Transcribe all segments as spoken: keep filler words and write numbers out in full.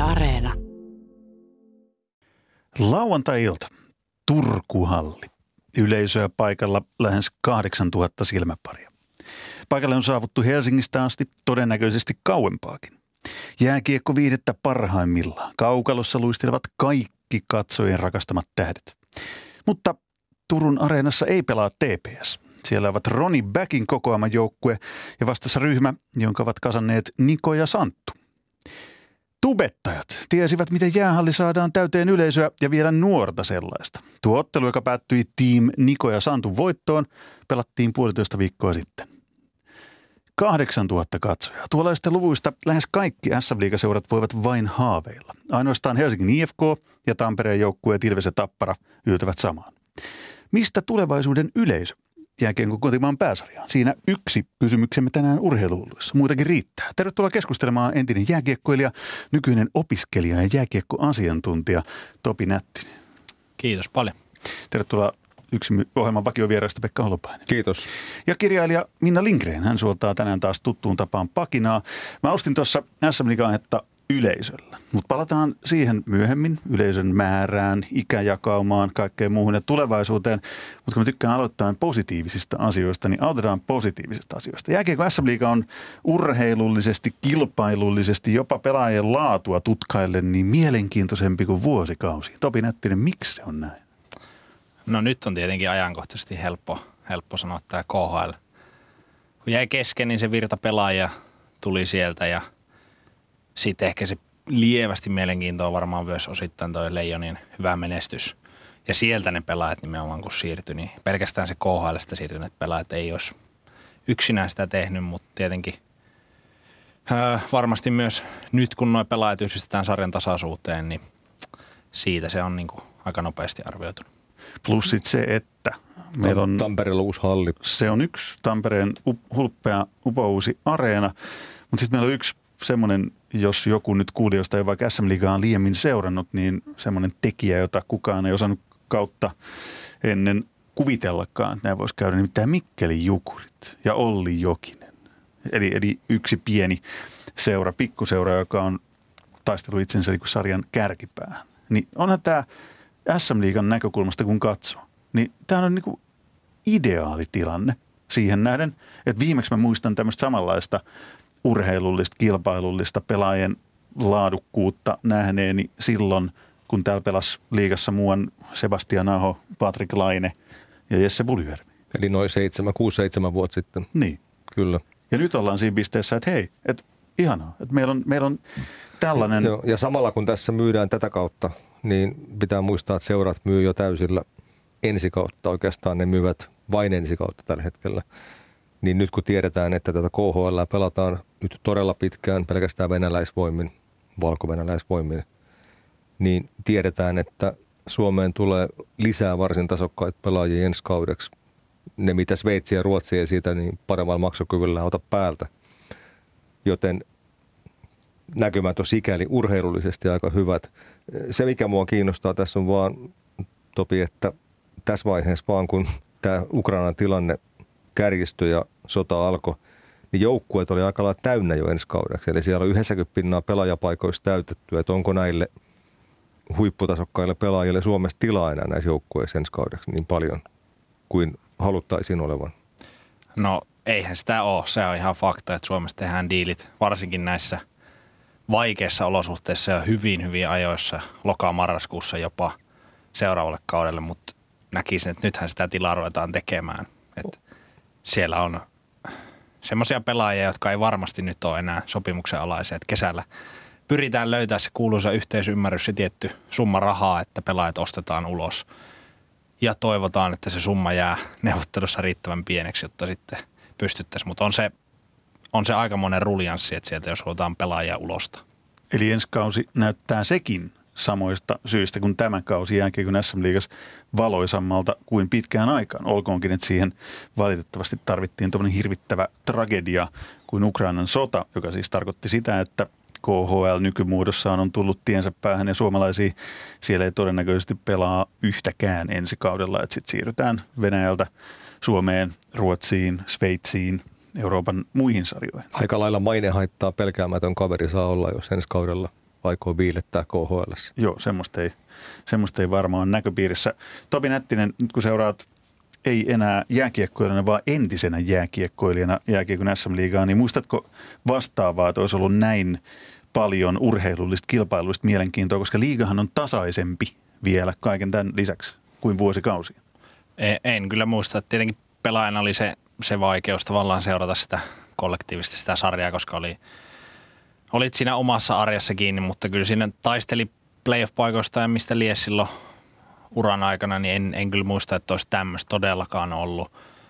Areena. Lauantai-ilta. Turku-halli. Yleisöä paikalla lähes kahdeksantuhatta silmäparia. Paikalle on saavuttu Helsingistä asti todennäköisesti kauempaakin. Jääkiekkoviihdettä parhaimmillaan. Kaukalossa luistelevat kaikki katsojien rakastamat tähdet. Mutta Turun areenassa ei pelaa T P S. Siellä ovat Ronnie Backin kokoama joukkue ja vastassa ryhmä, jonka ovat kasanneet Niko ja Santtu. Tubettajat tiesivät, miten jäähalli saadaan täyteen yleisöä ja vielä nuorta sellaista. Tuo ottelu, joka päättyi Team Niko ja Santun voittoon, pelattiin puolitoista viikkoa sitten. kahdeksantuhatta katsojaa. Tuollaisista luvuista lähes kaikki S M-liigaseurat voivat vain haaveilla. Ainoastaan Helsingin I F K ja Tampereen joukkueet Ilves ja Tappara yltävät samaan. Mistä tulevaisuuden yleisö? Jääkiekon kotimaan pääsarjaan. Siinä yksi kysymyksemme tänään urheiluhulluissa. Muutakin riittää. Tervetuloa keskustelemaan entinen jääkiekkoilija, nykyinen opiskelija ja jääkiekkoasiantuntija Topi Nättinen. Kiitos paljon. Tervetuloa yksi ohjelman vakiovieraista Pekka Holopainen. Kiitos. Ja kirjailija Minna Lindgren. Hän suoltaa tänään taas tuttuun tapaan pakinaa. Mä ostin tuossa S M-liiga-aihetta yleisöllä. Mutta palataan siihen myöhemmin, yleisön määrään, ikäjakaumaan, kaikkeen muuhun ja tulevaisuuteen. Mutta kun mä tykkään aloittaa positiivisista asioista, niin aloitetaan positiivisista asioista. Jääkiekko S M-liiga on urheilullisesti, kilpailullisesti, jopa pelaajien laatua tutkaillen niin mielenkiintoisempi kuin vuosikausi. Topi Nättinen, miksi se on näin? No nyt on tietenkin ajankohtaisesti helppo, helppo sanoa tämä K H L. Kun jäi kesken, niin se virta pelaaja tuli sieltä ja sitten ehkä se lievästi mielenkiintoa varmaan myös osittain toi Leijonin hyvä menestys. Ja sieltä ne pelaajat nimenomaan kun siirtyi, niin pelkästään se K H L:stä siirtyneet pelaajat ei olisi yksinään sitä tehnyt, mutta tietenkin ää, varmasti myös nyt kun nuo pelaajat yhdistetään sarjan tasaisuuteen, niin siitä se on niin kuin aika nopeasti arvioitunut. Plus sit se, että meillä on Tampereella uusi halli. Se on yksi Tampereen hulppea, upouusi areena, mutta sitten meillä on yksi semmoinen, jos joku nyt kuulijoista ei vaikka S M-liigaa liiemmin seurannut, niin semmoinen tekijä, jota kukaan ei osannut kautta ennen kuvitellakaan, että näin voisi käydä, nimittäin Mikkelin Jukurit ja Olli Jokinen. Eli, eli yksi pieni seura, pikkuseura, joka on taistellut itsensä niin kuin sarjan kärkipäähän. Niin onhan tämä S M-liigan näkökulmasta, kun katsoo, niin tämä on niin kuin ideaalitilanne siihen nähden, että viimeksi mä muistan tämmöistä samanlaista urheilullista, kilpailullista pelaajien laadukkuutta nähneeni silloin, kun täällä pelasi liigassa muuan Sebastian Aho, Patrik Laine ja Jesse Puljujärvi. Eli noin seitsemän, kuusi, seitsemän vuotta sitten. Niin. Kyllä. Ja nyt ollaan siinä pisteessä, että hei, että ihanaa, että meillä on, meillä on tällainen. Joo, ja samalla kun tässä myydään tätä kautta, niin pitää muistaa, että seurat myy jo täysillä ensi kautta. Oikeastaan ne myyvät vain ensi kautta tällä hetkellä. Niin nyt kun tiedetään, että tätä K H L pelataan nyt todella pitkään pelkästään venäläisvoimin, valko-venäläisvoimin, niin tiedetään, että Suomeen tulee lisää varsin tasokkaita pelaajia ensi kaudeksi. Ne mitä Sveitsi ja Ruotsi ei siitä niin paremmalla maksukyvyllä ota päältä. Joten näkymät on sikäli urheilullisesti aika hyvät. Se mikä mua kiinnostaa tässä on vaan, Topi, että tässä vaiheessa vaan kun tämä Ukrainan tilanne kärjistyi ja sota alkoi, niin joukkueet oli aika lailla täynnä jo ensi kaudeksi. Eli siellä on yhdeksänkymmentä pinnaa pelaajapaikoista täytetty, että onko näille huipputasokkaille pelaajille Suomessa tilaa enää näissä joukkueissa ensi kaudeksi niin paljon kuin haluttaisiin olevan. No eihän sitä ole. Se on ihan fakta, että Suomessa tehdään diilit varsinkin näissä vaikeissa olosuhteissa ja hyvin, hyvin ajoissa, loka-marraskuussa jopa seuraavalle kaudelle, mutta näkisin, että nythän sitä tilaa ruvetaan tekemään. Että siellä on semmoisia pelaajia, jotka ei varmasti nyt ole enää sopimuksen alaisia, että kesällä pyritään löytää se kuuluisa yhteisymmärrys, se tietty summa rahaa, että pelaajat ostetaan ulos ja toivotaan, että se summa jää neuvottelussa riittävän pieneksi, jotta sitten pystyttäisiin, mutta on se, on se aikamoinen ruljanssi, että sieltä jos halutaan pelaajia ulosta. Eli ensi kausi näyttää sekin samoista syistä kuin tämä kausi jääkiekon S M-liigassa valoisammalta kuin pitkään aikaan. Olkoonkin, että siihen valitettavasti tarvittiin tuommoinen hirvittävä tragedia kuin Ukrainan sota, joka siis tarkoitti sitä, että K H L nykymuodossaan on tullut tiensä päähän ja suomalaisia siellä ei todennäköisesti pelaa yhtäkään ensi kaudella, että sitten siirrytään Venäjältä Suomeen, Ruotsiin, Sveitsiin, Euroopan muihin sarjoihin. Aika lailla maine haittaa pelkäämätön kaveri saa olla, jos ensi kaudella aikoo viilettää K H L:ssä. Joo, semmoista ei, semmoista ei varmaan ole näköpiirissä. Topi Nättinen, nyt kun seuraat ei enää jääkiekkoilijana, vaan entisenä jääkiekkoilijana jääkiekon S M-liigaa, niin muistatko vastaavaa, että olisi ollut näin paljon urheilullista, kilpailullista mielenkiintoa, koska liigahan on tasaisempi vielä kaiken tämän lisäksi kuin vuosikausia? En, en kyllä muista, että tietenkin pelaajana oli se, se vaikeus tavallaan seurata sitä kollektiivisesti sitä sarjaa, koska oli, olit siinä omassa arjessa kiinni, mutta kyllä siinä taisteli playoff-paikoista ja mistä lies silloin uran aikana, niin en, en kyllä muista, että olisi tämmöistä todellakaan ollut.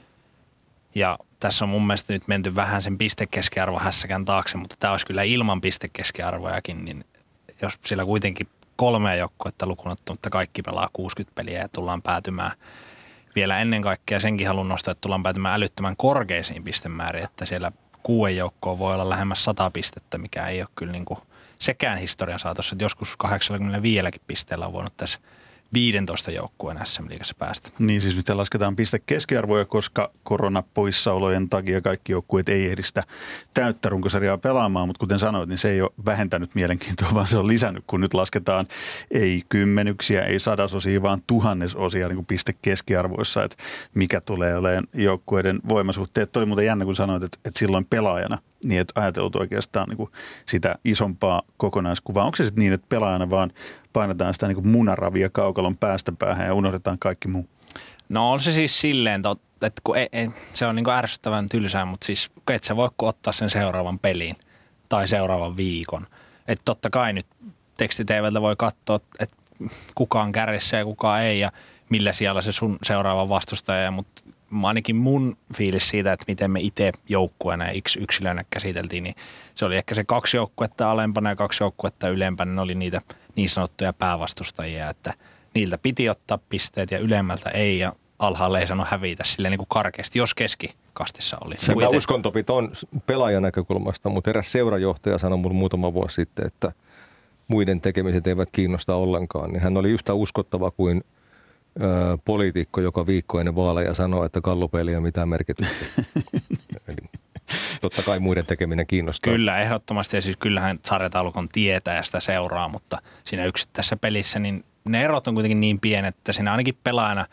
Ja tässä on mun mielestä nyt menty vähän sen pistekeskiarvo hässäkään taakse, mutta tämä olisi kyllä ilman pistekeskiarvojakin, niin jos sillä kuitenkin kolmea joukkuetta lukuun ottamatta kaikki pelaa kuusikymmentä peliä ja tullaan päätymään vielä ennen kaikkea senkin haluan nostaa, että tullaan päätymään älyttömän korkeisiin pistemääriin, että siellä kuuden joukkoon voi olla lähemmäs sata pistettä, mikä ei ole kyllä niin kuin sekään historian saatossa, että joskus kahdeksankymmentäviisi pisteellä on voinut tässä viidentoista joukkueen S M-liigassa päästä. Niin siis nyt lasketaan piste keskiarvoja, koska koronapoissaolojen takia kaikki joukkueet ei ehdi sitä täyttä runkosarjaa pelaamaan, mutta kuten sanoit, niin se ei ole vähentänyt mielenkiintoa, vaan se on lisännyt, kun nyt lasketaan ei kymmenyksiä, ei sadasosia, vaan tuhannesosia niin kuin piste keskiarvoissa, että mikä tulee olemaan joukkueiden voimasuhteet. Tuo oli muuten jännä, kun sanoit, että, että silloin pelaajana, niin että ajatellut oikeastaan niin kuin sitä isompaa kokonaiskuvaa. Onko se sitten niin, että pelaajana vaan painetaan sitä niin kuin munaravia kaukalon päästä päähän ja unohdetaan kaikki muu? No on se siis silleen, että kun ei, ei, se on niin kuin ärsyttävän tylsää, mutta siis et sä voi ottaa sen seuraavan pelin tai seuraavan viikon. Että totta kai nyt tekstiteivältä voi katsoa, että kuka on kärjessä ja kuka ei ja millä siellä se sun seuraava vastustaja, mutta ainakin mun fiilis siitä, että miten me itse joukkueena ja yksilönä käsiteltiin, niin se oli ehkä se kaksi joukkuetta alempana ja kaksi joukkuetta ylempänä. Ne oli niitä niin sanottuja päävastustajia, että niiltä piti ottaa pisteet ja ylemmältä ei ja alhaalla ei sano hävitä silleen niin kuin karkeasti, jos keskikastissa oli. Se mä uskon Topi ton pelaajan näkökulmasta, mutta eräs seurajohtaja sanoi mun muutama vuosi sitten, että muiden tekemiset eivät kiinnosta ollenkaan. Niin hän oli yhtä uskottava kuin Ö, poliitikko, joka viikko ennen vaaleja sanoo, että gallupeilla ei ole mitään merkitystä. Eli totta kai muiden tekeminen kiinnostaa. Kyllä, ehdottomasti. Ja siis kyllähän sarjataulukon tietää ja sitä seuraa, mutta siinä yksittäisessä pelissä niin ne erot on kuitenkin niin pienet, että siinä ainakin pelaajana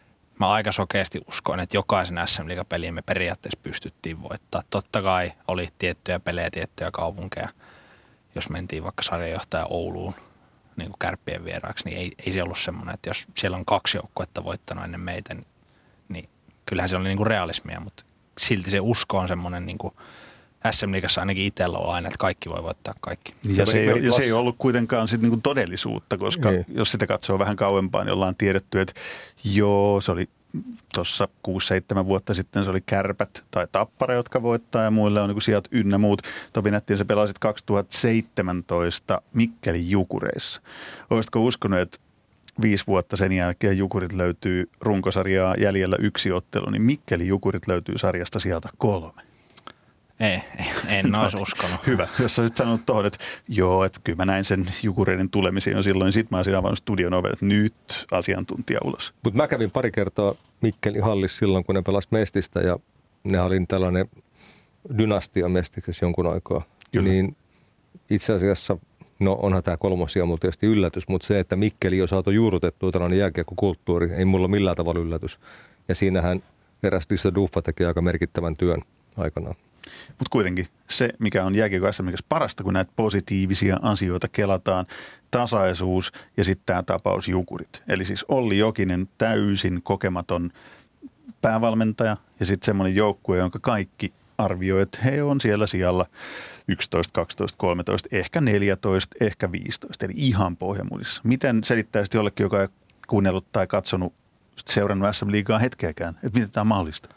mä aika sokeasti uskon, että jokaisen S M-liigapeliin me periaatteessa pystyttiin voittaa. Totta kai oli tiettyjä pelejä, tiettyjä kaupunkeja. Jos mentiin vaikka sarjanjohtaja Ouluun, niin kuin Kärppien vieraaksi, niin ei, ei se ollut semmoinen, että jos siellä on kaksi joukkuetta voittanut ennen meitä, niin kyllähän se oli niin kuin realismia, mutta silti se usko on semmoinen niin kuin S M-liigassa ainakin itsellä on aina, että kaikki voi voittaa kaikki. Ja se, ei, ja se ei ollut kuitenkaan sit niin kuin todellisuutta, koska ei. Jos sitä katsoo vähän kauempaa, niin ollaan tiedetty, että joo, se oli tuossa kuusi seitsemän vuotta sitten se oli Kärpät tai Tappara, jotka voittaa ja muille on niin sieltä ynnä muut. Topi Nättinen, sä pelasit kaksituhattaseitsemäntoista Mikkelin Jukureissa. Olisitko uskonut, että viisi vuotta sen jälkeen Jukurit löytyy runkosarjaa jäljellä yksi ottelu, niin Mikkelin Jukurit löytyy sarjasta sieltä kolme? Ei, ei en olisi uskonut. Hyvä. Jos sä nyt sanonut tuohon, että joo, että kyllä mä näin sen Jukureiden tulemisen jo silloin, niin sit mä olisin avannut studion oven, että nyt asiantuntija ulos. Mutta mä kävin pari kertaa Mikkelin hallissa silloin, kun ne pelasi Mestistä ja ne oli tällainen dynastia Mestiksessä jonkun aikaa. Kyllä. Niin itse asiassa, no onhan tämä kolmosia mulla tietysti yllätys, mutta se, että Mikkeli on saatu juurrutettua tällainen jääkiekkokulttuuri, ei mulla millään tavalla yllätys. Ja siinähän eräs Lisa Duffa teki aika merkittävän työn aikanaan. Mutta kuitenkin se, mikä on jääkiekon S M-liigassa parasta, kun näitä positiivisia asioita kelataan, tasaisuus ja sitten tämä tapaus Jukurit. Eli siis Olli Jokinen täysin kokematon päävalmentaja ja sitten semmoinen joukkue, jonka kaikki arvioi, että he on siellä sijalla yksitoista, kaksitoista, kolmetoista, ehkä neljätoista, ehkä viisitoista, eli ihan pohjamudissa. Miten selittäisit jollekin, joka ei kuunnellut tai katsonut, seurannut S M-liigaa hetkeäkään, että miten tämä on mahdollista?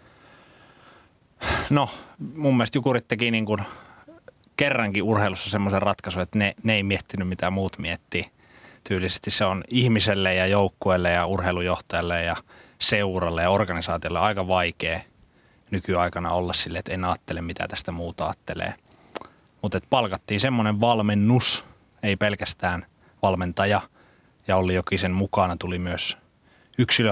No, mun mielestä Jukurit teki niin kuin kerrankin urheilussa semmoisen ratkaisun, että ne, ne ei miettinyt mitä muut miettii. Tyylisesti se on ihmiselle ja joukkueelle ja urheilujohtajalle ja seuralle ja organisaatiolle aika vaikea nykyaikana olla sille, että en ajattele mitä tästä muuta ajattelee. Mutta palkattiin semmoinen valmennus, ei pelkästään valmentaja ja Olli Jokisen mukana tuli myös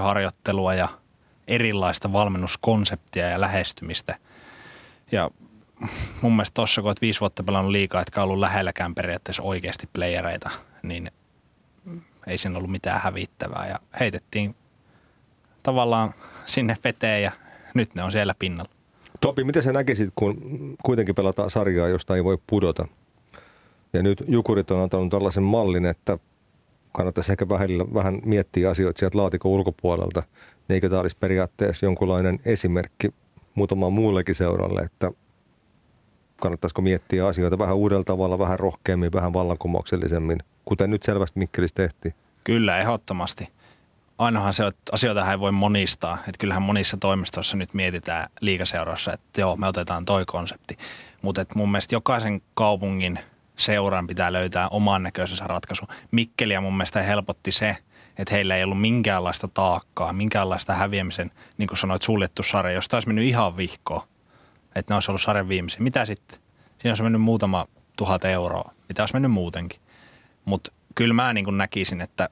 yksilöharjoittelua ja erilaista valmennuskonseptia ja lähestymistä. Ja mun mielestä tossa, kun olet viisi vuotta pelannut liikaa, etkä ollut lähelläkään periaatteessa oikeasti playereita, niin ei siinä ollut mitään hävittävää ja heitettiin tavallaan sinne veteen ja nyt ne on siellä pinnalla. Topi, miten sä näkisit, kun kuitenkin pelataan sarjaa, josta ei voi pudota? Ja nyt Jukurit on antanut tällaisen mallin, että kannattaisi ehkä vähän, vähän miettiä asioita sieltä laatikon ulkopuolelta. Eikö tämä olisi periaatteessa jonkunlainen esimerkki muutamaan muullekin seuralle, että kannattaisiko miettiä asioita vähän uudella tavalla, vähän rohkeammin, vähän vallankumouksellisemmin, kuten nyt selvästi Mikkelissä tehtiin? Kyllä, ehdottomasti. Ainoahan se, että asioita ei voi monistaa. Että kyllähän monissa toimistoissa nyt mietitään liigaseurassa, että joo, me otetaan toi konsepti. Mutta mun mielestä jokaisen kaupungin seuran pitää löytää oman näköisensä ratkaisu. Mikkeliä mun mielestä helpotti se, että heillä ei ollut minkäänlaista taakkaa, minkäänlaista häviämisen, niin kuin sanoit, suljettu sarja, josta olisi mennyt ihan vihkoon. Että ne olisi ollut sarjan viimeisen. Mitä sitten? Siinä olisi mennyt muutama tuhat euroa, mitä olisi mennyt muutenkin. Mutta kyllä mä niin kuin näkisin, että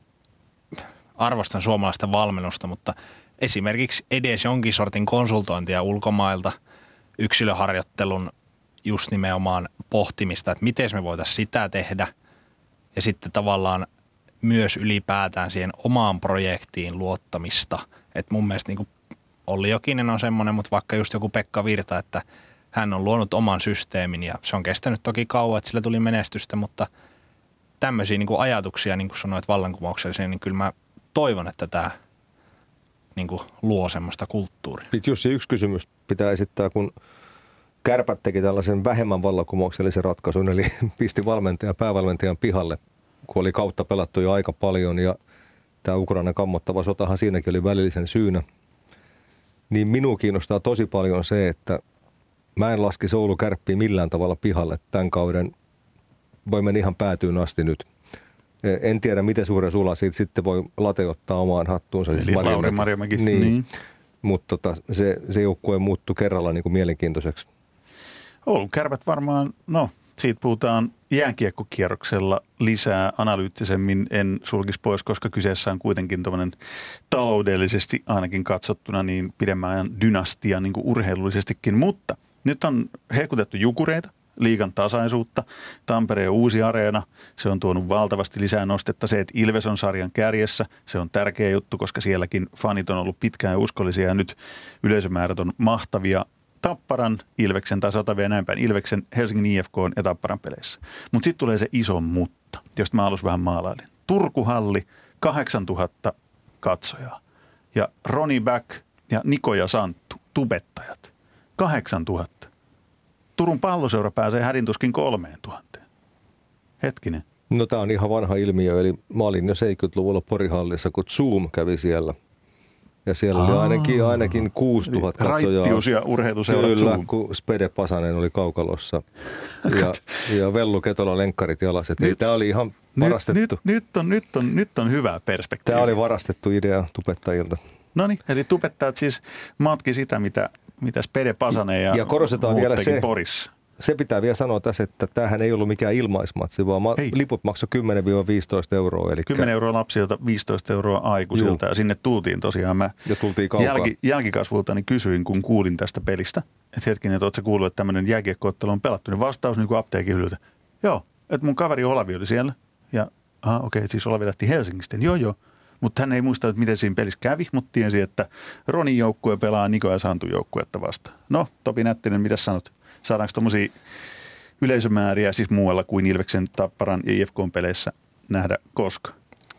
arvostan suomalaista valmennusta, mutta esimerkiksi edes jonkin sortin konsultointia ulkomailta, yksilöharjoittelun just nimenomaan pohtimista, että miten me voitaisiin sitä tehdä ja sitten tavallaan myös ylipäätään siihen omaan projektiin luottamista. Että mun mielestä niin kuin Olli Jokinen on semmoinen, mutta vaikka just joku Pekka Virta, että hän on luonut oman systeemin ja se on kestänyt toki kauan, että sillä tuli menestystä, mutta tämmöisiä niin kuin ajatuksia, niin kuin sanoit vallankumouksellisia, niin kyllä mä toivon, että tämä niin kuin luo semmoista kulttuuria. Sitten Jussi, yksi kysymys pitää esittää, kun Kärpät teki tällaisen vähemmän vallankumouksellisen ratkaisun, eli pisti valmentajan, päävalmentajan pihalle, kun oli kautta pelattu jo aika paljon ja tämä Ukrainan kammottava sotahan siinäkin oli välillisen syynä. Niin minua kiinnostaa tosi paljon se, että mä en laskisi Oulu Kärppiä millään tavalla pihalle tämän kauden. Voi mennä ihan päätyyn asti nyt. En tiedä, miten suuren sula siitä sitten voi Late ottaa omaan hattuunsa. Eli siis Lauri Marjamäki. Niin, niin. Mutta tota, se, se joukkue muuttui kerralla niin kuin mielenkiintoiseksi. Oulu Kärpät varmaan, no siitä puhutaan jääkiekkokierroksella lisää analyyttisemmin, en sulkisi pois, koska kyseessä on kuitenkin tuommoinen taloudellisesti ainakin katsottuna niin pidemmän ajan dynastia niin kuin urheilullisestikin, mutta nyt on hehkutettu Jukureita, liigan tasaisuutta, Tampereen uusi areena, se on tuonut valtavasti lisää nostetta. Se, että Ilves on sarjan kärjessä, se on tärkeä juttu, koska sielläkin fanit on ollut pitkään ja uskollisia ja nyt yleisömäärät on mahtavia. Tapparan, Ilveksen tai Sotavia ja näin päin. Ilveksen, Helsingin I F K ja Tapparan peleissä. Mutta sitten tulee se iso mutta, josta mä alussa vähän maalailin. Turku-halli, kahdeksantuhatta katsojaa. Ja Roni Back ja Niko ja Santtu, tubettajat, kahdeksantuhatta. Turun Palloseura pääsee hädintuskin kolmeen tuhanteen. Hetkinen. No tämä on ihan vanha ilmiö, eli mä olin jo seitsemänkymmentäluvulla Porihallissa, kun Zoom kävi siellä. Ja siellä Aa, oli ainakin, ainakin kuusituhatta katsojaa. Raittius ja urheiluseura Kyllä, Zoom. kun Spede Pasanen oli kaukalossa ja, ja Vellu Ketola lenkkarit jalas. Nyt, tämä oli ihan varastettu. Nyt, nyt, nyt, on, nyt, on, nyt on hyvä perspektiivi. Tämä oli varastettu idea tubettajilta. No niin, eli tubettajat siis matki sitä, mitä, mitä Spede Pasanen ja, ja korostetaan vielä se, Porissa. Se pitää vielä sanoa tässä, että tämähän ei ollut mikään ilmaismatsi, vaan ei. Liput maksoi kymmenen viisitoista euroa. Eli kymmenen euroa lapsilta, viisitoista euroa aikuisilta. Juu. Ja sinne tultiin tosiaan. Mä ja tultiin jälki, jälkikasvultani kysyin, kun kuulin tästä pelistä, että hetkinen, että ootko kuullut, että tämmöinen jääkiekkoottelu on pelattu. Niin vastaus niin kuin apteekin hyllyltä. Joo, että mun kaveri Olavi oli siellä. Ja aha, okei, okay, siis Olavi lähti Helsingistä. Joo, joo. Mutta hän ei muista, että miten siinä pelissä kävi, mutta tiesi, että Ronin joukkue pelaa Niko ja Santun joukkuetta vastaan. No, Topi Nättinen, mitä sanot? Saadaanko tuommoisia yleisömääriä siis muualla kuin Ilveksen, Tapparan ja I F K-peleissä nähdä koska?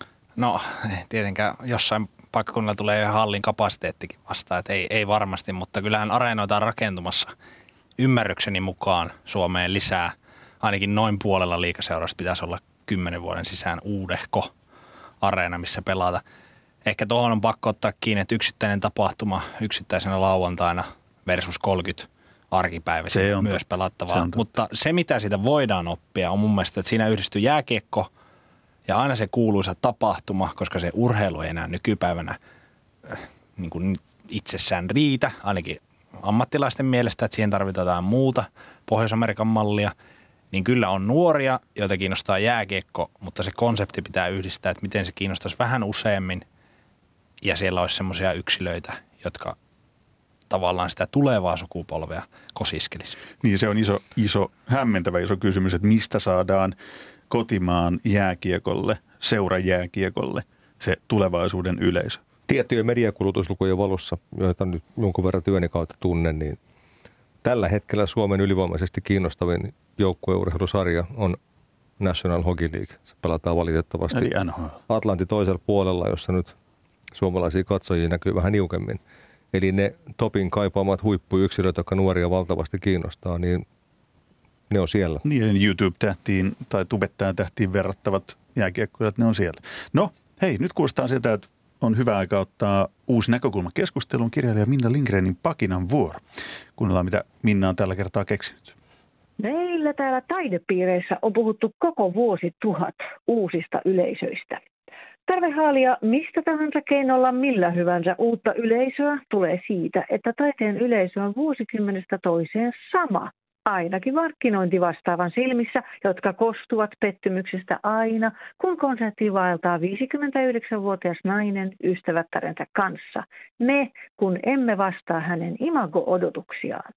No tietenkään jossain paikkakunnalla tulee hallin kapasiteettikin vastaan, että ei, ei varmasti, mutta kyllähän areenoita on rakentumassa ymmärrykseni mukaan Suomeen lisää. Ainakin noin puolella liigaseurasta pitäisi olla kymmenen vuoden sisään uudehko areena, missä pelata. Ehkä tuohon on pakko ottaa kiinni, että yksittäinen tapahtuma yksittäisenä lauantaina versus kolmekymmentä arkipäiväisin myös pelattavaa. Se mutta se, mitä siitä voidaan oppia, on mun mielestä, että siinä yhdistyy jääkiekko ja aina se kuuluisa tapahtuma, koska se urheilu ei enää nykypäivänä äh, niin kuin itsessään riitä, ainakin ammattilaisten mielestä, että siihen tarvitaan jotain muuta Pohjois-Amerikan mallia, niin kyllä on nuoria, joita kiinnostaa jääkiekko, mutta se konsepti pitää yhdistää, että miten se kiinnostaisi vähän useammin ja siellä olisi semmoisia yksilöitä, jotka tavallaan sitä tulevaa sukupolvea kosiskelisi? Niin se on iso, iso, hämmentävä iso kysymys, että mistä saadaan kotimaan jääkiekolle, seurajääkiekolle se tulevaisuuden yleisö. Tiettyjen mediakulutuslukujen valossa, joita nyt jonkun verran työni kautta tunnen, niin tällä hetkellä Suomen ylivoimaisesti kiinnostavin joukkueurheilusarja on National Hockey League. Se pelataan valitettavasti Eli N H L. Atlantin toisella puolella, jossa nyt suomalaisia katsojia näkyy vähän niukemmin. Eli ne Topin kaipaamat huippuyksilöt, jotka nuoria valtavasti kiinnostaa, niin ne on siellä. Niiden YouTube-tähtiin tai tubettajan-tähtiin verrattavat jääkiekkoilijat, ne on siellä. No, hei, nyt kuulostaa siltä, että on hyvä aika ottaa uusi näkökulma keskusteluun. Kirjailija Minna Lindgrenin Pakinan vuoro. Kuunnellaan, mitä Minna on tällä kertaa keksinyt. Meillä täällä taidepiireissä on puhuttu koko vuosituhat uusista yleisöistä. Tarve haalia mistä tahansa keinolla millä hyvänsä uutta yleisöä tulee siitä, että taiteen yleisö on vuosikymmenestä toiseen sama. Ainakin markkinointivastaavan silmissä, jotka kostuvat pettymyksestä aina, kun konserttiin vaeltaa viisikymmentäyhdeksänvuotias nainen ystävättärensä kanssa. Me, kun emme vastaa hänen imago-odotuksiaan.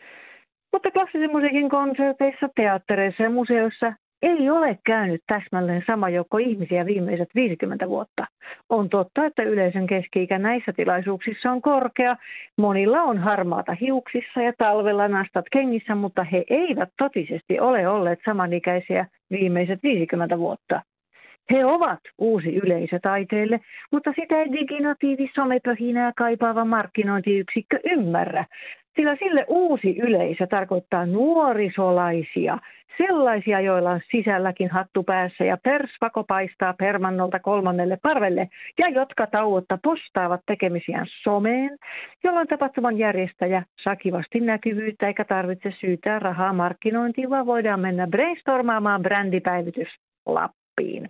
Mutta klassisen musiikin konserteissa, teattereissa ja museoissa ei ole käynyt täsmälleen sama joukko ihmisiä viimeiset viisikymmentä vuotta. On totta, että yleisön keski-ikä näissä tilaisuuksissa on korkea. Monilla on harmaata hiuksissa ja talvella nastat kengissä, mutta he eivät totisesti ole olleet samanikäisiä viimeiset viisikymmentä vuotta. He ovat uusi yleisö taiteelle, mutta sitä ei diginatiivi somepöhinää kaipaava markkinointiyksikkö ymmärrä. Sillä sille uusi yleisö tarkoittaa nuorisolaisia, sellaisia, joilla on sisälläkin hattu päässä ja persvako paistaa permannolta kolmannelle parvelle ja jotka tauotta postaavat tekemisiään someen, jolloin tapahtuman järjestäjä saa kivasti näkyvyyttä eikä tarvitse syytää rahaa markkinointiin, vaan voidaan mennä brainstormaamaan brändipäivitys Lappiin.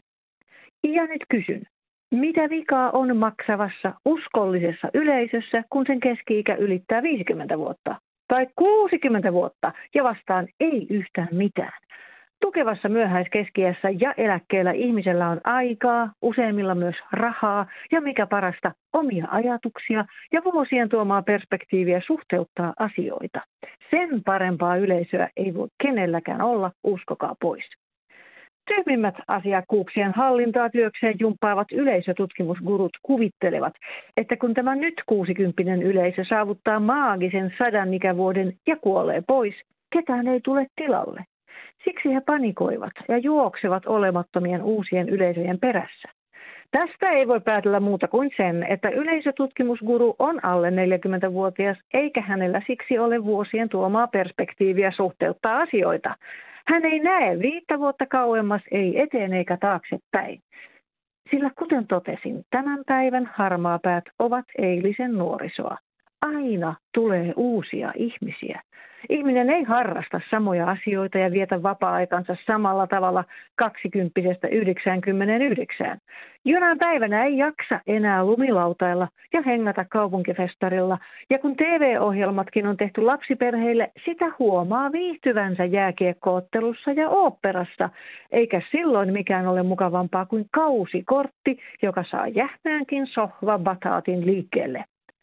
Ja nyt kysyn. Mitä vikaa on maksavassa uskollisessa yleisössä, kun sen keski-ikä ylittää viisikymmentä vuotta? Tai kuusikymmentä vuotta ja vastaan ei yhtään mitään. Tukevassa myöhäiskeskiässä ja eläkkeellä ihmisellä on aikaa, useimmilla myös rahaa ja mikä parasta, omia ajatuksia ja vuosien tuomaa perspektiiviä suhteuttaa asioita. Sen parempaa yleisöä ei voi kenelläkään olla, uskokaa pois. Tyhmimmät asiakkuuksien hallintaa työkseen jumppaavat yleisötutkimusgurut kuvittelevat, että kun tämä nyt kuusikymppinen yleisö saavuttaa maagisen sadan ikävuoden ja kuolee pois, ketään ei tule tilalle. Siksi he panikoivat ja juoksevat olemattomien uusien yleisöjen perässä. Tästä ei voi päätellä muuta kuin sen, että yleisötutkimusguru on alle neljäkymmentävuotias eikä hänellä siksi ole vuosien tuomaa perspektiiviä suhteuttaa asioita. Hän ei näe viittä vuotta kauemmas, ei eteen eikä taaksepäin. Sillä kuten totesin, tämän päivän harmaapäät ovat eilisen nuorisoa. Aina tulee uusia ihmisiä. Ihminen ei harrasta samoja asioita ja vietä vapaa-aikansa samalla tavalla kaksikymppisestä yhdeksänkymmentäyhdeksään. Jonain päivänä ei jaksa enää lumilautailla ja hengata kaupunkifestarilla. Ja kun T V-ohjelmatkin on tehty lapsiperheille, sitä huomaa viihtyvänsä jääkiekkoottelussa ja oopperassa. Eikä silloin mikään ole mukavampaa kuin kausikortti, joka saa jähmeänkin sohva bataatin liikkeelle.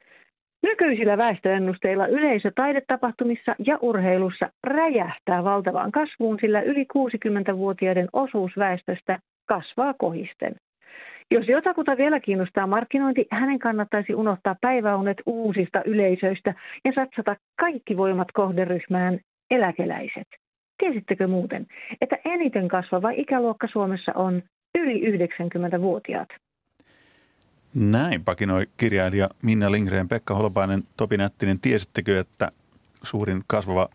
Nykyisillä väestöennusteilla yleisö taidetapahtumissa ja urheilussa räjähtää valtavaan kasvuun, sillä yli kuusikymmentävuotiaiden osuus väestöstä kasvaa kohisten. Jos jotakuta vielä kiinnostaa markkinointi, hänen kannattaisi unohtaa päiväunet uusista yleisöistä ja satsata kaikki voimat kohderyhmään eläkeläiset. Tiesittekö muuten, että eniten kasvava ikäluokka Suomessa on yli yhdeksänkymmentävuotiaat? Näin pakinoi kirjailija Minna Lindgren, Pekka Holopainen, Topi Nättinen. Tiesittekö, että suurin kasvava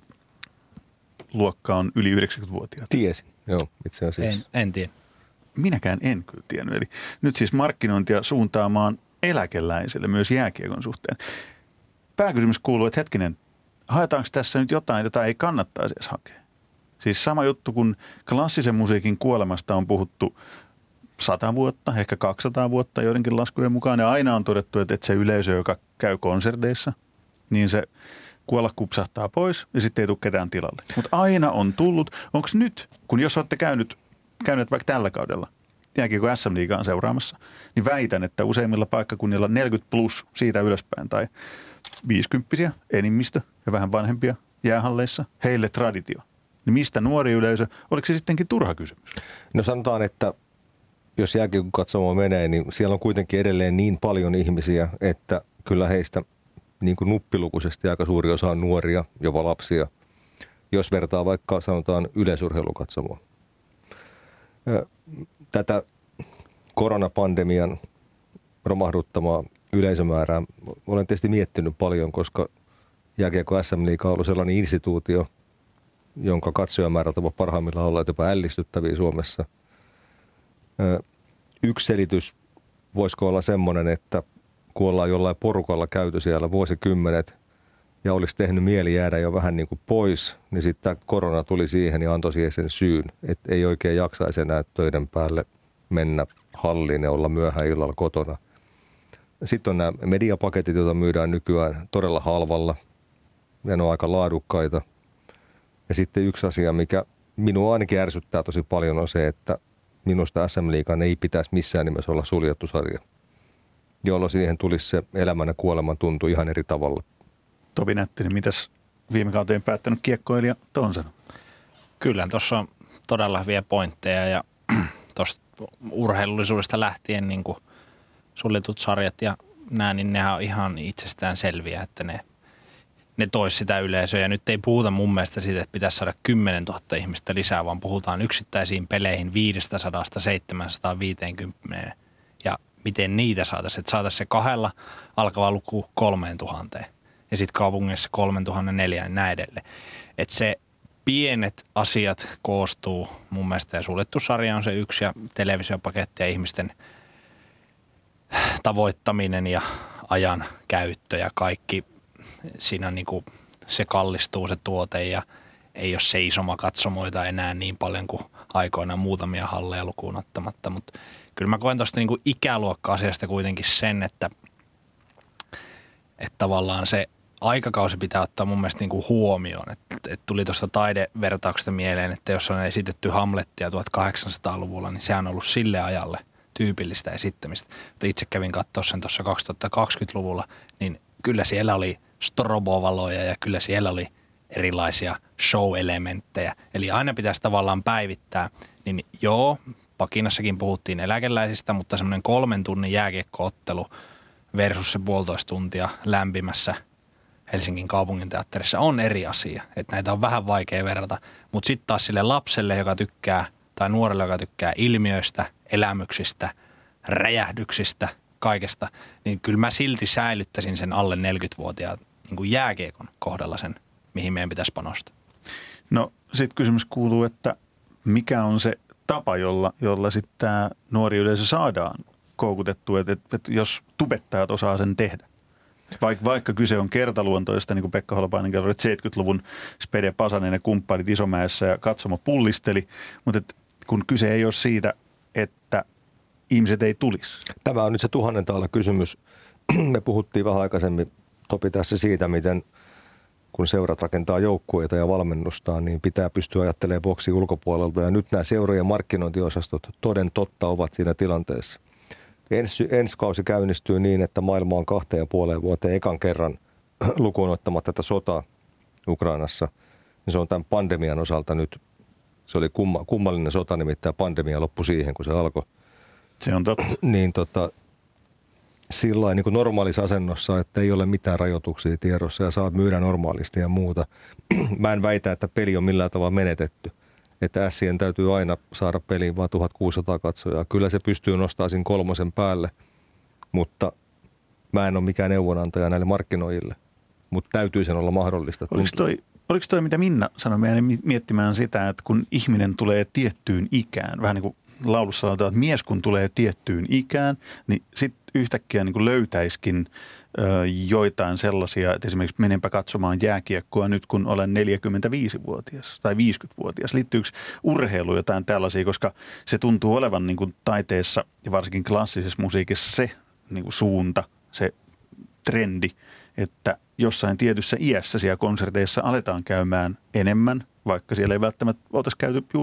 luokka on yli yhdeksänkymmentävuotiaat? Tiesin, joo, itse asiassa. En, en tiedä. Minäkään en kyllä tiennyt. Eli nyt siis markkinointia suuntaamaan eläkeläisille myös jääkiekon suhteen. Pääkysymys kuuluu, että hetkinen, haetaanko tässä nyt jotain, jota ei kannattaisi edes hakea? Siis sama juttu, kun klassisen musiikin kuolemasta on puhuttu sata vuotta, ehkä kaksisataa vuotta joidenkin laskujen mukaan. Ja aina on todettu, että se yleisö, joka käy konserteissa, niin se kuolla kupsahtaa pois ja sitten ei tule ketään tilalle. Mutta aina on tullut. Onko nyt, kun jos olette käynyt, käyneet vaikka tällä kaudella, jääkiekko S M-liigaan seuraamassa, niin väitän, että useimmilla paikkakunnilla neljäkymmentä plus siitä ylöspäin tai viisikymppisiä, enimmistö ja vähän vanhempia jäähalleissa, heille traditio. Niin mistä nuori yleisö, oliko se sittenkin turha kysymys? No sanotaan, että jos jääkiekon katsomaan menee, niin siellä on kuitenkin edelleen niin paljon ihmisiä, että kyllä heistä niin kuin nuppilukuisesti aika suuri osa on nuoria, jopa lapsia, jos vertaa vaikka sanotaan yleisurheilukatsomoon. Tätä koronapandemian romahduttamaa yleisömäärää olen tietysti miettinyt paljon, koska jääkiekko äs äm-liiga on ollut sellainen instituutio, jonka katsojamäärät ovat parhaimmillaan olleet jopa ällistyttäviä Suomessa. Yksi selitys voisiko olla semmoinen, että kun ollaan jollain porukalla käyty siellä vuosikymmenet ja olisi tehnyt mieli jäädä jo vähän niin kuin pois, niin sitten tämä korona tuli siihen ja antoi siihen sen syyn, että ei oikein jaksaisi enää töiden päälle mennä halliin ja olla myöhään illalla kotona. Sitten on nämä mediapaketit, joita myydään nykyään todella halvalla ja ne on aika laadukkaita. Ja sitten yksi asia, mikä minua ainakin ärsyttää tosi paljon, on se, että minusta äs äm-liigan ei pitäisi missään nimessä olla suljettu sarja, jolloin siihen tulisi se elämän ja kuoleman tuntu ihan eri tavalla. Topi Nättinen, mitäs viime kauteen päättänyt kiekkoilija tuohon sanoi? Kyllä, tuossa on todella hyviä pointteja ja tuosta urheilullisuudesta lähtien niin kuin suljetut sarjat ja nämä, niin nehän on ihan itsestään selviä, että ne, ne toisi sitä yleisöä. Ja nyt ei puhuta mun mielestä siitä, että pitäisi saada kymmenen tuhatta ihmistä lisää, vaan puhutaan yksittäisiin peleihin viisisataa seitsemänsataaviisikymmentä ja miten niitä saataisiin. Että saataisiin se kahdella alkava luku kolmeen tuhanteen ja sitten kaupungissa kolmen tuhannen neljään ja näin edelleen. Että se pienet asiat koostuu mun mielestä ja suljettu sarja on se yksi ja televisiopaketti ja ihmisten tavoittaminen ja ajan käyttö ja kaikki siinä niin kuin se kallistuu se tuote ja ei ole seisomakatsomoita enää niin paljon kuin aikoinaan muutamia halleja lukuun ottamatta, mutta kyllä mä koen tuosta niin kuin ikäluokka-asiasta kuitenkin sen, että, että tavallaan se aikakausi pitää ottaa mun mielestä niin kuin huomioon. Että, että tuli tuosta taidevertauksesta mieleen, että jos on esitetty Hamlettia tuhatkahdeksansataaluvulla, niin sehän on ollut sille ajalle tyypillistä esittämistä. Mutta itse kävin katsoa sen tuossa kaksituhattakaksikymmentäluvulla, niin kyllä siellä oli strobovaloja ja kyllä siellä oli erilaisia show-elementtejä. Eli aina pitäisi tavallaan päivittää. Niin joo, Pakinassakin puhuttiin eläkeläisistä, mutta semmoinen kolmen tunnin jääkiekkoottelu versus se puolitoista tuntia lämpimässä Helsingin kaupunginteatterissa on eri asia. Että näitä on vähän vaikea verrata. Mutta sitten taas sille lapselle, joka tykkää, tai nuorelle, joka tykkää ilmiöistä, elämyksistä, räjähdyksistä, kaikesta, niin kyllä mä silti säilyttäisin sen alle neljäkymmentävuotiaat niin kuin jääkiekon kohdalla sen, mihin meidän pitäisi panostaa. No sitten kysymys kuuluu, että mikä on se tapa, jolla, jolla sitten tämä nuori yleisö saadaan koukutettua, että, että, että jos tubettajat osaa sen tehdä. Vaikka, vaikka kyse on kertaluontoista, niin kuin Pekka Holopainen kertoi, että seitsemänkymmentäluvun Spede Pasanen ja kumppanit Isomäessä ja katsomo pullisteli, mutta että kun kyse ei ole siitä, että ihmiset ei tulisi. Tämä on nyt se tuhannen taala kysymys. Me puhuttiin vähän aikaisemmin, Topi, tässä siitä, miten kun seurat rakentaa joukkueita ja valmennustaan, niin pitää pystyä ajattelemaan boksi ulkopuolelta. Ja nyt nämä seurojen markkinointiosastot toden totta ovat siinä tilanteessa. Ensi, ensi kausi käynnistyy niin, että maailma on kahteen ja puoleen vuoteen ekan kerran lukuun ottamatta tätä sotaa Ukrainassa. Niin se on tämän pandemian osalta nyt, se oli kumma, kummallinen sota, nimittäin pandemia loppui siihen, kun se alkoi. Se on totta. Niin tota, sillain niin kuin normaalissa asennossa, että ei ole mitään rajoituksia tiedossa ja saa myydä normaalisti ja muuta. Mä en väitä, että peli on millään tavalla menetetty. Että ässien täytyy aina saada peliin vaan tuhatkuusisataa katsojaa. Kyllä se pystyy nostamaan siinä kolmosen päälle, mutta mä en ole mikään neuvonantaja näille markkinoille. Mutta täytyy sen olla mahdollista. Oliko toi, oliko toi, mitä Minna sanoi meidän miettimään sitä, että kun ihminen tulee tiettyyn ikään, vähän niin kuin laulussa sanotaan, että mies kun tulee tiettyyn ikään, niin sitten yhtäkkiä niin kuin löytäisikin ö, joitain sellaisia, että esimerkiksi menenpä katsomaan jääkiekkoa nyt kun olen neljäkymmentäviisivuotias tai viisikymmentävuotias. Liittyykö urheilu jotain tällaisia, koska se tuntuu olevan niin kuin taiteessa ja varsinkin klassisessa musiikissa se niin kuin suunta, se trendi, että jossain tietyssä iässä siellä konserteissa aletaan käymään enemmän, vaikka siellä ei välttämättä oltaisi käyty juuri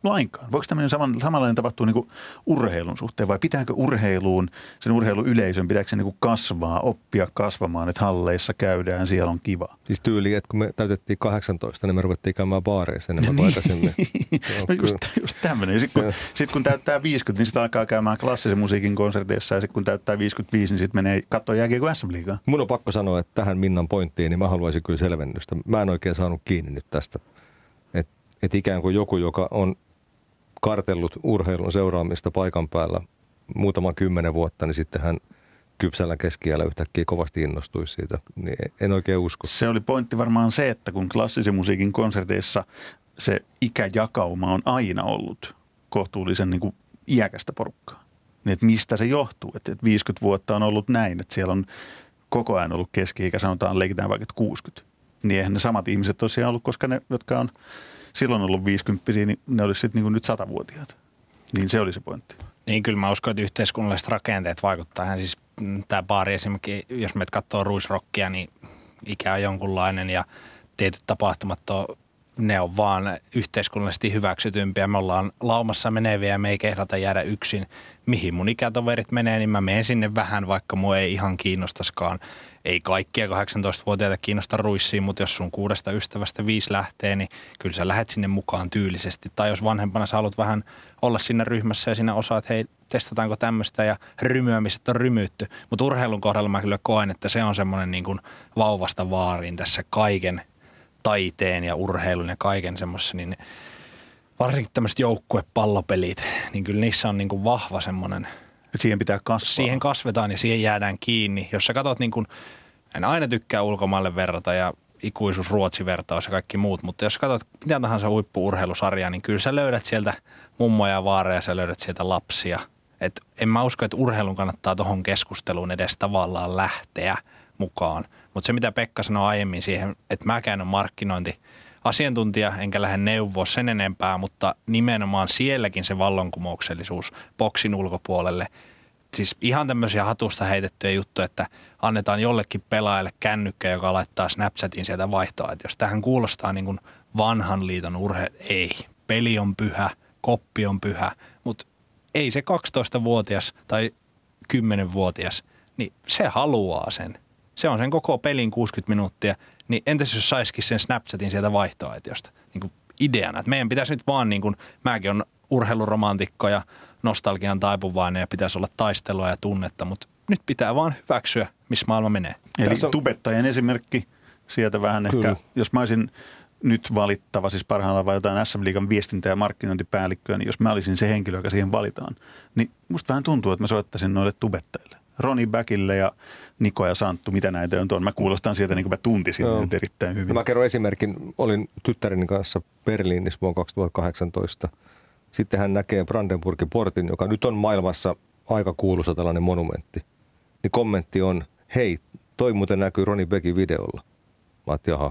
lainkaan? Voiko tämmöinen saman, samanlainen tapahtua niin kuin urheilun suhteen vai pitääkö urheiluun, sen urheiluyleisön, pitääkö se niin kuin kasvaa, oppia kasvamaan, että halleissa käydään, siellä on kiva? Siis tyyli, että kun me täytettiin kahdeksantoista, niin me ruvettiin käymään baareissa enemmän kuin aikaisemmin. No just, just tämmöinen. Ja sitten kun, sit kun täyttää viisikymmentä, niin sitten alkaa käymään klassisen musiikin konserteissa ja sitten kun täyttää viisikymmentäviisi, niin sitten menee katsoa jääkiekko S M-liigaa. Mun on pakko sanoa, että tähän Minnan pointtiin, niin mä haluaisin kyllä selvennystä. Mä en oikein saanut kiinni nyt tästä. Että et ikään kuin joku, joka on kartellut urheilun seuraamista paikan päällä muutaman kymmenen vuotta, niin sitten hän kypsällä keskiällä yhtäkkiä kovasti innostuisi siitä. Niin en oikein usko. Se oli pointti varmaan se, että kun klassisen musiikin konserteissa se ikäjakauma on aina ollut kohtuullisen niin kuin iäkästä porukkaa. Niin että mistä se johtuu? Että viisikymmentä vuotta on ollut näin, että siellä on koko ajan ollut keski-ikä, sanotaan leikitään vaikka kuusikymmentä. Niin eihän ne samat ihmiset tosiaan ollut, koska ne, jotka on silloin ollut viisikymppisiä, niin ne olisi sitten niin nyt satavuotiaat. Niin se oli se pointti. Niin kyllä mä uskon, että yhteiskunnalliset rakenteet vaikuttaa. Hän siis tämä baari esimerkiksi, jos meitä katsoo ruisrockia, niin ikä on jonkunlainen ja tietyt tapahtumat on, ne on vaan yhteiskunnallisesti hyväksytympiä. Me ollaan laumassa meneviä ja me ei kehdata jäädä yksin. Mihin mun ikätoverit menee, niin mä menen sinne vähän, vaikka mua ei ihan kiinnostaskaan. Ei kaikkia kahdeksantoistavuotiaita kiinnosta ruissiin, mutta jos sun kuudesta ystävästä viisi lähtee, niin kyllä sä lähdet sinne mukaan tyylisesti. Tai jos vanhempana sä haluat vähän olla siinä ryhmässä ja siinä osaat, että hei, testataanko tämmöistä ja rymyämiset on rymytty. Mutta urheilun kohdalla mä kyllä koen, että se on semmoinen niin kuin vauvasta vaariin tässä kaiken taiteen ja urheilun ja kaiken semmoisessa, niin varsinkin tämmöiset joukkuepallopelit, niin kyllä niissä on niin kuin vahva semmoinen. Siihen pitää kasvaa. Siihen kasvetaan ja siihen jäädään kiinni. Jos sä katsot niin kuin, en aina tykkää ulkomaille verrata ja ikuisuus Ruotsi-vertaus ja kaikki muut, mutta jos katsot mitä tahansa huippu-urheilusarjaa, niin kyllä sä löydät sieltä mummoja ja vaareja, sä löydät sieltä lapsia. Et en mä usko, että urheilun kannattaa tohon keskusteluun edes tavallaan lähteä mukaan. Mutta se, mitä Pekka sanoi aiemmin siihen, että mäkään on markkinointiasiantuntija, enkä lähde neuvoa sen enempää, mutta nimenomaan sielläkin se vallankumouksellisuus boksin ulkopuolelle. Siis ihan tämmöisiä hatusta heitettyjä juttuja, että annetaan jollekin pelaajalle kännykkä, joka laittaa Snapchatin sieltä vaihtoa. Että jos tähän kuulostaa niin kuin vanhan liiton urheilu, ei. Peli on pyhä, koppi on pyhä, mutta ei se kaksitoistavuotias tai kymmenvuotias, niin se haluaa sen. Se on sen koko pelin kuusikymmentä minuuttia, niin entäs jos saisikin sen Snapchatin sieltä vaihtoaitiosta niin kuin ideana. Että meidän pitäisi nyt vaan, niin kuin, mäkin on urheiluromantikko ja nostalgian taipuvainen ja pitäisi olla taistelua ja tunnetta, mutta nyt pitää vaan hyväksyä, missä maailma menee. Eli on tubettajien esimerkki sieltä vähän Kyllä. ehkä, jos mä olisin nyt valittava, siis parhaillaan valitaan S M-liigan viestintä- ja markkinointipäällikköä, niin jos mä olisin se henkilö, joka siihen valitaan, niin musta vähän tuntuu, että mä soittaisin noille tubettajille. Roni Bäkille ja Niko ja Santtu, mitä näitä on. Mä kuulostan sieltä, niin kuin mä tuntisin no. nyt erittäin hyvin. Mä kerron esimerkin. Olin tyttäreni kanssa Berliinissä vuonna kaksituhattakahdeksantoista. Sitten hän näkee Brandenburgin portin, joka nyt on maailmassa aika kuuluisa tällainen monumentti. Niin kommentti on, hei, toi muuten näkyy Roni Bäkin videolla. Mä ajattelin, jaha.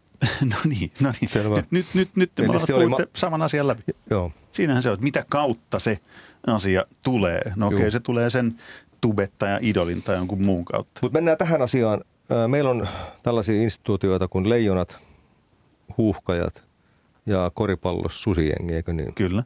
no niin, no niin. Selvä. Nyt, nyt, nyt, nyt te puhutte ma- saman asian läpi. Joo. Siinähän se on, että mitä kautta se asia tulee. No okei, okay, se tulee sen tubettaja, idolin tai jonkun muun kautta. Mutta mennään tähän asiaan. Meillä on tällaisia instituutioita kuin Leijonat, Huuhkajat ja koripallos Susijengi, eikö niin? Kyllä.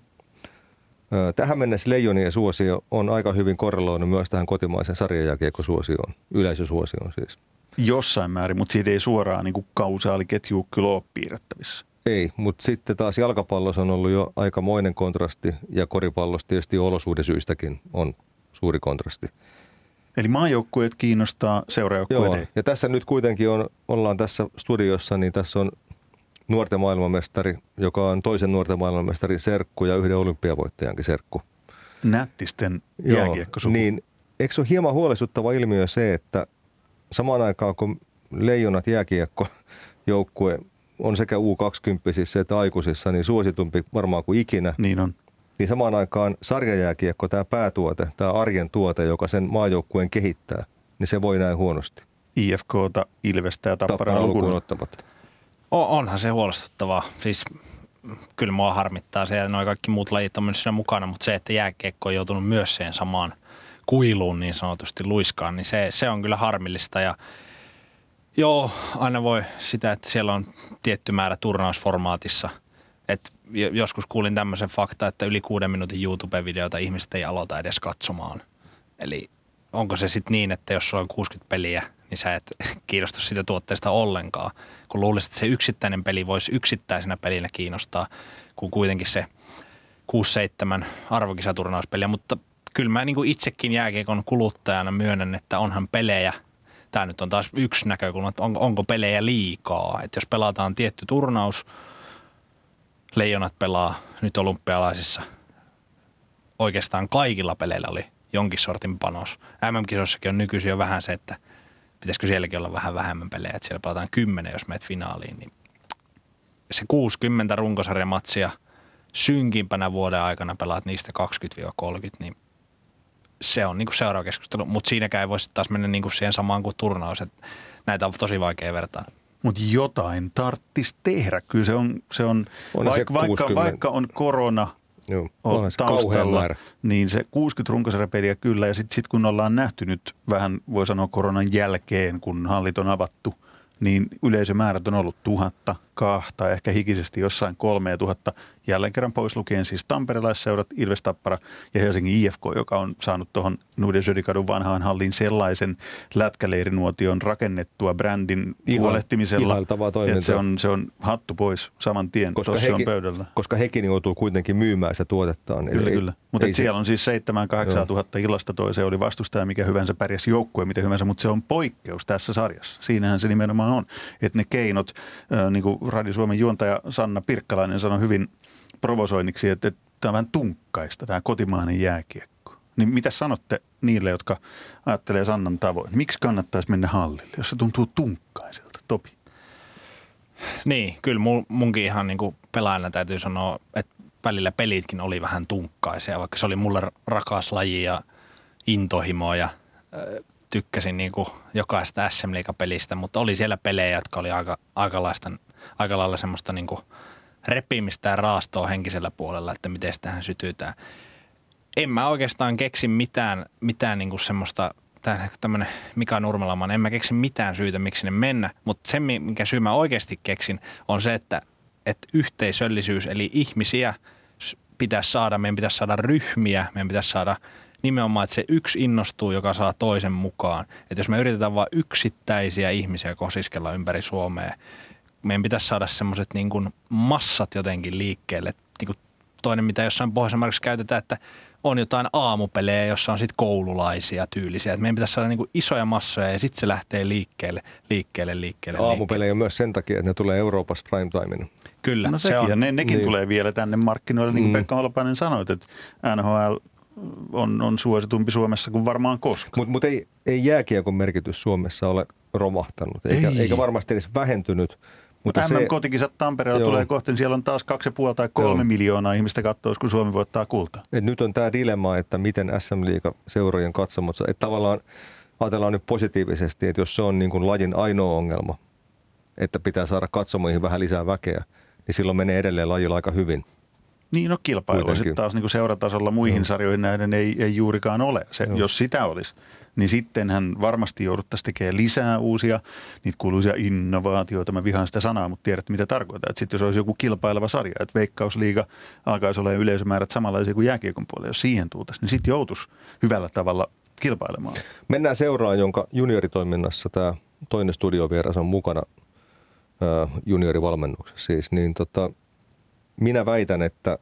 Tähän mennessä Leijonien suosio on aika hyvin korreloinut myös tähän kotimaisen sarjajääkiekkosuosioon, yleisösuosioon siis. Jossain määrin, mutta siitä ei suoraan niin kuin kausaaliketju kyllä ole piirrettävissä. Ei, mutta sitten taas jalkapallossa on ollut jo aikamoinen kontrasti ja koripallossa tietysti olosuhdesyistäkin on suuri kontrasti. Eli maajoukkueet kiinnostaa, seuraajoukkueet ei. Ja tässä nyt kuitenkin on, ollaan tässä studiossa, niin tässä on nuorten maailmanmestari, joka on toisen nuorten maailmanmestarin serkku ja yhden olympiavoittajankin serkku. Nättisten jääkiekkosuku. Niin, eikö se ole hieman huolestuttava ilmiö se, että samaan aikaan kun Leijonat jääkiekkojoukkue on sekä U kaksikymmentä että aikuisissa, niin suositumpi varmaan kuin ikinä. Niin on. Niin samaan aikaan sarjajääkiekko, tämä päätuote, tämä arjen tuote, joka sen maajoukkueen kehittää, niin se voi näin huonosti. I F K:ta, Ilvestä ja Tapparaa lukuun ottamatta. Onhan se huolestuttavaa. Siis kyllä mua harmittaa se, että nuo kaikki muut lajit on myös siinä mukana, mutta se, että jääkiekko on joutunut myös siihen samaan kuiluun niin sanotusti luiskaan, niin se, se on kyllä harmillista. Ja joo, aina voi sitä, että siellä on tietty määrä turnausformaatissa. Että joskus kuulin tämmöisen fakta, että yli kuuden minuutin YouTube-videota ihmiset ei aloita edes katsomaan. Eli onko se sitten niin, että jos sulla on kuusikymmentä peliä, niin sä et kiinnostu siitä tuotteesta ollenkaan. Kun luulisit, että se yksittäinen peli voisi yksittäisenä pelinä kiinnostaa, kun kuitenkin se kuusi seitsemän arvokisaturnauspeliä. Mutta kyllä mä niin kuin itsekin jääkiekon kuluttajana myönnän, että onhan pelejä. Tämä nyt on taas yksi näkökulma, että onko, onko pelejä liikaa. Että jos pelataan tietty turnaus, Leijonat pelaa nyt olympialaisissa. Oikeastaan kaikilla peleillä oli jonkin sortin panos. M M-kisoissakin on nykyisin jo vähän se, että pitäisikö sielläkin olla vähän vähemmän pelejä, että siellä pelataan kymmenen, jos menet finaaliin. Niin se kuusikymmentä runkosarjamatsia synkimpänä vuoden aikana pelaat niistä kaksikymmentä kolmekymmentä, niin se on niin kuin seuraava keskustelu. Mutta siinäkään ei voisi taas mennä niin kuin siihen samaan kuin turnaus, että näitä on tosi vaikea vertaa. Mutta jotain tarttis tehdä. Kyllä se on, se on, on vaik, se vaikka, vaikka on korona Joo, on taustalla, niin se kuusikymmentä runkosarjapeliä kyllä. Ja sitten sit kun ollaan nähty nyt vähän, voi sanoa koronan jälkeen, kun hallit on avattu, niin yleisömäärät on ollut tuhatta, kahta, ehkä hikisesti jossain kolmea tuhatta. Jälleen kerran pois lukien siis tamperelaisseurat, Ilves Tappara ja Helsingin I F K, joka on saanut tuohon Nuuden Söderikadun vanhaan halliin sellaisen lätkäleirinuotion rakennettua brändin Ihan, huolehtimisella, että se on, se on hattu pois saman tien, tuossa on pöydällä. Koska hekin joutuu kuitenkin myymään sitä tuotettaan. Kyllä, ei, kyllä. Mutta siellä on siis seitsemän kahdeksan tuhatta illasta toiseen, oli vastustaja mikä hyvänsä, pärjäsi joukkue mitä hyvänsä, mutta se on poikkeus tässä sarjassa. Siinähän se nimenomaan on, että ne keinot, äh, niin kuin Radio Suomen juontaja Sanna Pirkkalainen sanoi hyvin provosoinniksi, että, että tämä on vähän tunkkaista, tämä kotimainen jääkiekko. Niin mitä sanotte niille, jotka ajattelee Sannan tavoin? Miksi kannattaisi mennä hallille, jos se tuntuu tunkkaiselta, Topi? Niin, kyllä mun, munkin ihan niin kuin pelaajana täytyy sanoa, että välillä pelitkin oli vähän tunkkaisia, vaikka se oli mulle rakas laji ja intohimo ja äh, tykkäsin niin kuin jokaista S M-liigapelistä, mutta oli siellä pelejä, jotka oli aika, aikalaista, aika lailla semmoista niin kuin repimistä ja raastoa henkisellä puolella, että miten tähän sytytään. En mä oikeastaan keksi mitään, mitään niin kuin semmoista, tämmöinen Mika Nurmelaman, en mä keksi mitään syytä, miksi ne mennä, mutta se, mikä syy mä oikeasti keksin, on se, että, että yhteisöllisyys, eli ihmisiä pitäisi saada, meidän pitäisi saada ryhmiä, meidän pitäisi saada nimenomaan, että se yksi innostuu, joka saa toisen mukaan. Että jos me yritetään vain yksittäisiä ihmisiä kosiskella ympäri Suomea, meidän pitäisi saada semmoiset niin kuin massat jotenkin liikkeelle. Niin kuin toinen, mitä jossain Pohjois-Amerikassa käytetään, että on jotain aamupelejä, jossa on sitten koululaisia tyylisiä. Että meidän pitäisi saada niin kuin isoja massoja ja sitten se lähtee liikkeelle, liikkeelle, liikkeelle. Aamupelejä on myös sen takia, että ne tulee Euroopassa prime-timena. Kyllä. No sekin, se on. Ne, nekin niin. tulee vielä tänne markkinoille, niin kuin mm. Pekka Holopainen sanoi, että N H L on, on suositumpi Suomessa kuin varmaan koskaan. Mutta mut ei, ei jääkiekon merkitys Suomessa ole romahtanut, eikä, ei. eikä varmasti edes vähentynyt. Mutta M M-kotikisat Tampereella joo. tulee kohti, niin siellä on taas kaksi ja puoli tai kolme joo. miljoonaa ihmistä katsoo, kun Suomi voittaa kultaa. Et nyt on tämä dilemma, että miten S M-liiga seurojen katsomot, että tavallaan ajatellaan nyt positiivisesti, että jos se on niin kuin lajin ainoa ongelma, että pitää saada katsomoihin vähän lisää väkeä, niin silloin menee edelleen lajilla aika hyvin. Niin, no kilpailua sitten taas niin kuin seuratasolla muihin mm. sarjoihin näiden ei, ei juurikaan ole. Se, jos sitä olisi, niin sittenhän varmasti jouduttaisiin tekemään lisää uusia, niitä kuuluisia innovaatioita. Mä vihaan sitä sanaa, mutta tiedät mitä tarkoittaa. Että sitten jos olisi joku kilpaileva sarja, että Veikkausliiga alkaisi olla yleisömäärät samanlaisia kuin jääkiekon puolella, jos siihen tultaisiin, niin sitten joutuisi hyvällä tavalla kilpailemaan. Mennään seuraan, jonka junioritoiminnassa tämä toinen studiovieras on mukana äh, juniorivalmennuksessa siis, niin tota, minä väitän, että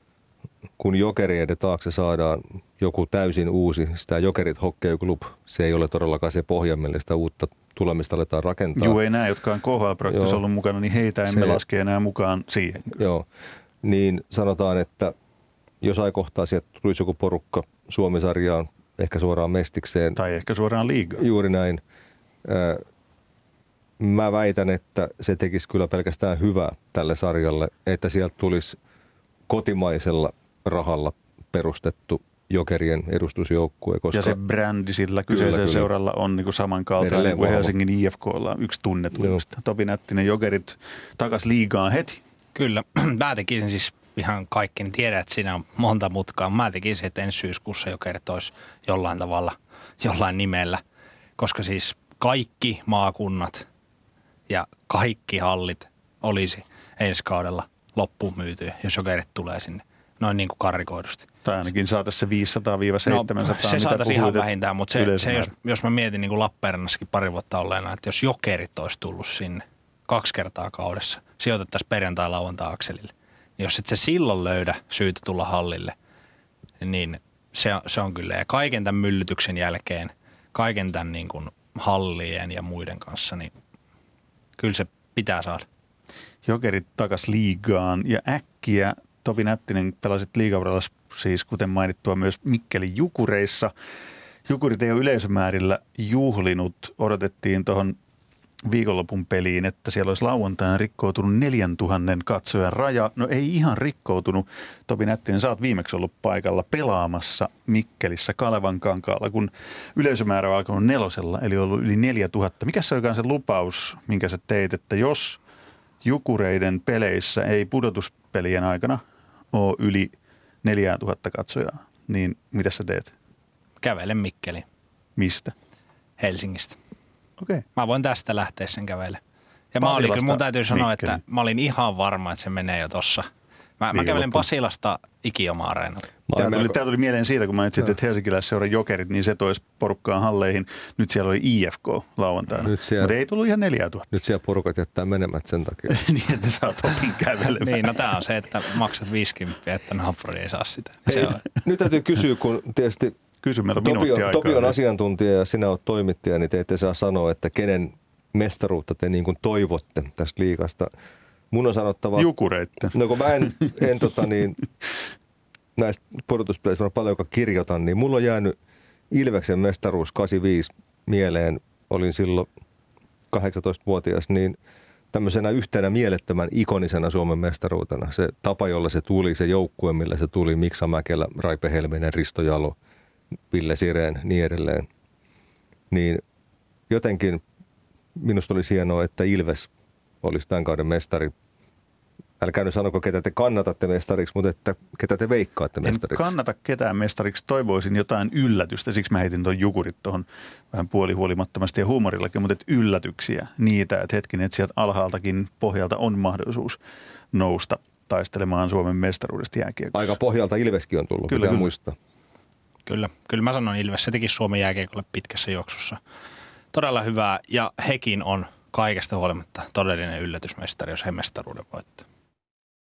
kun Jokerien taakse saadaan joku täysin uusi, sitä Jokerit Hockey Club, se ei ole todellakaan se pohja, millä sitä uutta tulemista aletaan rakentaa. Joo, ei nämä, jotka on K H L-projektissa ollut mukana, niin heitä emme se, laske enää mukaan siihen. Joo, niin sanotaan, että jos aikohtaa sieltä tulisi joku porukka Suomi-sarjaan, ehkä suoraan Mestikseen. Tai ehkä suoraan liigaan. Juuri näin. Mä väitän, että se tekisi kyllä pelkästään hyvää tälle sarjalle, että sieltä tulisi kotimaisella rahalla perustettu Jokerien edustusjoukkue. Koska ja se brändi sillä kyseisellä seuralla on niin kuin samankaltainen kuin Helsingin I F K:lla yksi tunnetuista. Topi Nättinen, Jokerit takas liigaan heti. Kyllä. Mä tekisin siis ihan kaikki. Niin tiedän, että siinä on monta mutkaa. Mä tekisin, että ensi syyskuussa Jokerit olisi jollain tavalla, jollain nimellä. Koska siis kaikki maakunnat ja kaikki hallit olisi ensi kaudella loppuun myytyä, jos Jokerit tulee sinne. Noin niin kuin karrikoidusti. Tai ainakin saataisiin se viisisataa seitsemänsataa. No, se saataisiin ihan vähintään, mutta se, se jos, jos mä mietin niin kuin Lappeenrannassakin pari vuotta olleena, että jos Jokerit olisi tullut sinne kaksi kertaa kaudessa, sijoitettaisiin perjantai-lauantai-akselille. Jos et se silloin löydä syytä tulla hallille, niin se, se on kyllä. Ja kaiken tämän myllytyksen jälkeen, kaiken tämän niin kuin hallien ja muiden kanssa, niin kyllä se pitää saada. Jokerit takas liigaan ja äkkiä. Topi Nättinen pelasit liigauralla siis kuten mainittua myös Mikkelin Jukureissa. Jukurit ei ole yleisömäärillä juhlinut. Odotettiin tuohon viikonlopun peliin, että siellä olisi lauantaina rikkoutunut neljäntuhannen katsojan raja. No ei ihan rikkoutunut. Topi Nättinen, sä oot viimeksi ollut paikalla pelaamassa Mikkelissä Kalevan kankaalla, kun yleisömäärä on alkanut nelosella, eli ollut yli neljätuhatta. Mikä se oikein se lupaus, minkä sä teit, että jos Jukureiden peleissä ei pudotuspelien aikana ole yli neljätuhatta katsojaa, niin mitä sä teet? Kävelen Mikkeliin. Mistä? Helsingistä. Okei. Okay. Mä voin tästä lähteä sen kävele. Ja mä olin, kyllä mun täytyy sanoa, Mikkeli. Että mä olin ihan varma, että se menee jo tossa. Mä, mä kävelen Pasilasta Ikioma-areenalle. Tämä tuli, tämä tuli mieleen siitä, kun mainitsit, että helsinkiläisseuran Jokerit, niin se toisi porukkaan halleihin. Nyt siellä oli I F K lauantaina, mutta ei tullut ihan neljätuhatta. Nyt siellä porukat jättää menemät sen takia. Niin, että sä oot opin kävelemään. Niin, no tää on se, että maksat viisikymmentä, että naapuri ei saa sitä. Hei, nyt täytyy kysyä, kun tietysti Kysy, meillä on Topi, on, Topi on asiantuntija ja sinä olet toimittaja, niin te ette saa sanoa, että kenen mestaruutta te niin kuin toivotte tästä liigasta. Mun on sanottava... Jukureitten. No kun mä en, en tota niin, näistä pudotuspeleistä paljon, joka kirjoitan, niin mulla on jäänyt Ilveksen mestaruus kahdeksankymmentäviisi mieleen. Olin silloin kahdeksantoistavuotias, niin tämmöisenä yhtenä mielettömän ikonisena Suomen mestaruutena. Se tapa, jolla se tuli, se joukkue, millä se tuli, Miksa Mäkelä, Raipe Helminen, Risto Jalo, Ville Sireen, niin edelleen. Niin jotenkin minusta olisi hienoa, että Ilves olisi tämän kauden mestari. Älkää nyt sanoko, ketä te kannatatte mestariksi, mutta että ketä te veikkaatte mestariksi. En kannata ketään mestariksi. Toivoisin jotain yllätystä. Siksi mä heitin tuon Jukurit tuohon vähän puolihuolimattomasti ja huumorillakin, mutta että yllätyksiä. Niitä, että hetkinen, että sieltä alhaaltakin pohjalta on mahdollisuus nousta taistelemaan Suomen mestaruudesta jääkiekossa. Aika pohjalta Ilveskin on tullut, kyllä, pitää kyllä. muistaa. Kyllä, kyllä mä sanon Ilves. Se teki Suomen jääkiekolle pitkässä juoksussa. Todella hyvää ja hekin on kaikesta huolimatta todellinen yllätysmestari, jos he mestaruuden voittaa.